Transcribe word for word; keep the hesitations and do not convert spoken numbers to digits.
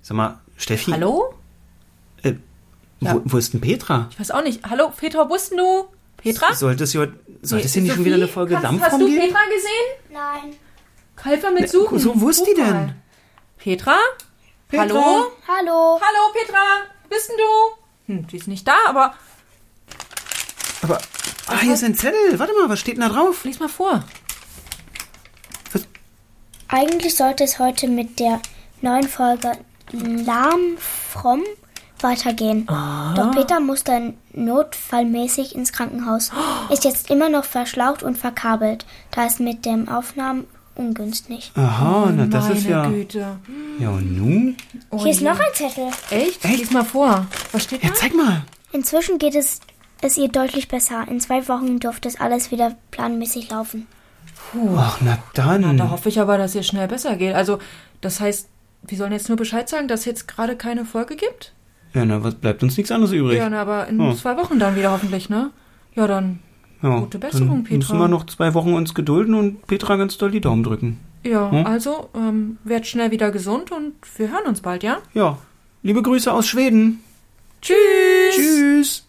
Sag mal, Steffi? Hallo? Äh, Ja. wo, wo ist denn Petra? Ich weiß auch nicht. Hallo, Petra, wo bist denn du? Petra? Sollte es hier, sollte es hier Nee, nicht schon Sophie, wieder eine Folge kannst- Dampf Hast du geben? Petra gesehen? Nein. Helfer mit Ne, suchen. so, wo ist die Guck denn? mal. Petra? Petra? Hallo? Hallo. Hallo, Petra? Wo bist denn du? Hm, die ist nicht da, aber Aber, ah, hier ist ein Zettel. Warte mal, was steht denn da drauf? lies mal vor. Eigentlich sollte es heute mit der neuen Folge Lahm Fromm weitergehen. Doch Peter musste notfallmäßig ins Krankenhaus. Ist jetzt immer noch verschlaucht und verkabelt. Da ist mit dem Aufnahmen ungünstig. Aha, na das Meine ist ja... Güte. Ja, und nun? Oh Hier ist je. noch ein Zettel. Echt? Echt? Lies mal vor. Was steht da? Ja, zeig mal. Inzwischen geht es, es ihr deutlich besser. In zwei Wochen dürfte es alles wieder planmäßig laufen. Ach, na dann. Da hoffe ich aber, dass es schnell besser geht. Also, das heißt, wir sollen jetzt nur Bescheid sagen, dass es jetzt gerade keine Folge gibt? Ja, na, was bleibt uns nichts anderes übrig? Ja, na, aber in Oh. zwei Wochen dann wieder hoffentlich, ne? Ja, dann Ja, gute Besserung, dann Petra. müssen wir noch zwei Wochen uns gedulden und Petra ganz doll die Daumen drücken. Ja, Hm? also, ähm, werd schnell wieder gesund und wir hören uns bald, ja? Ja, liebe Grüße aus Schweden. Tschüss! Tschüss.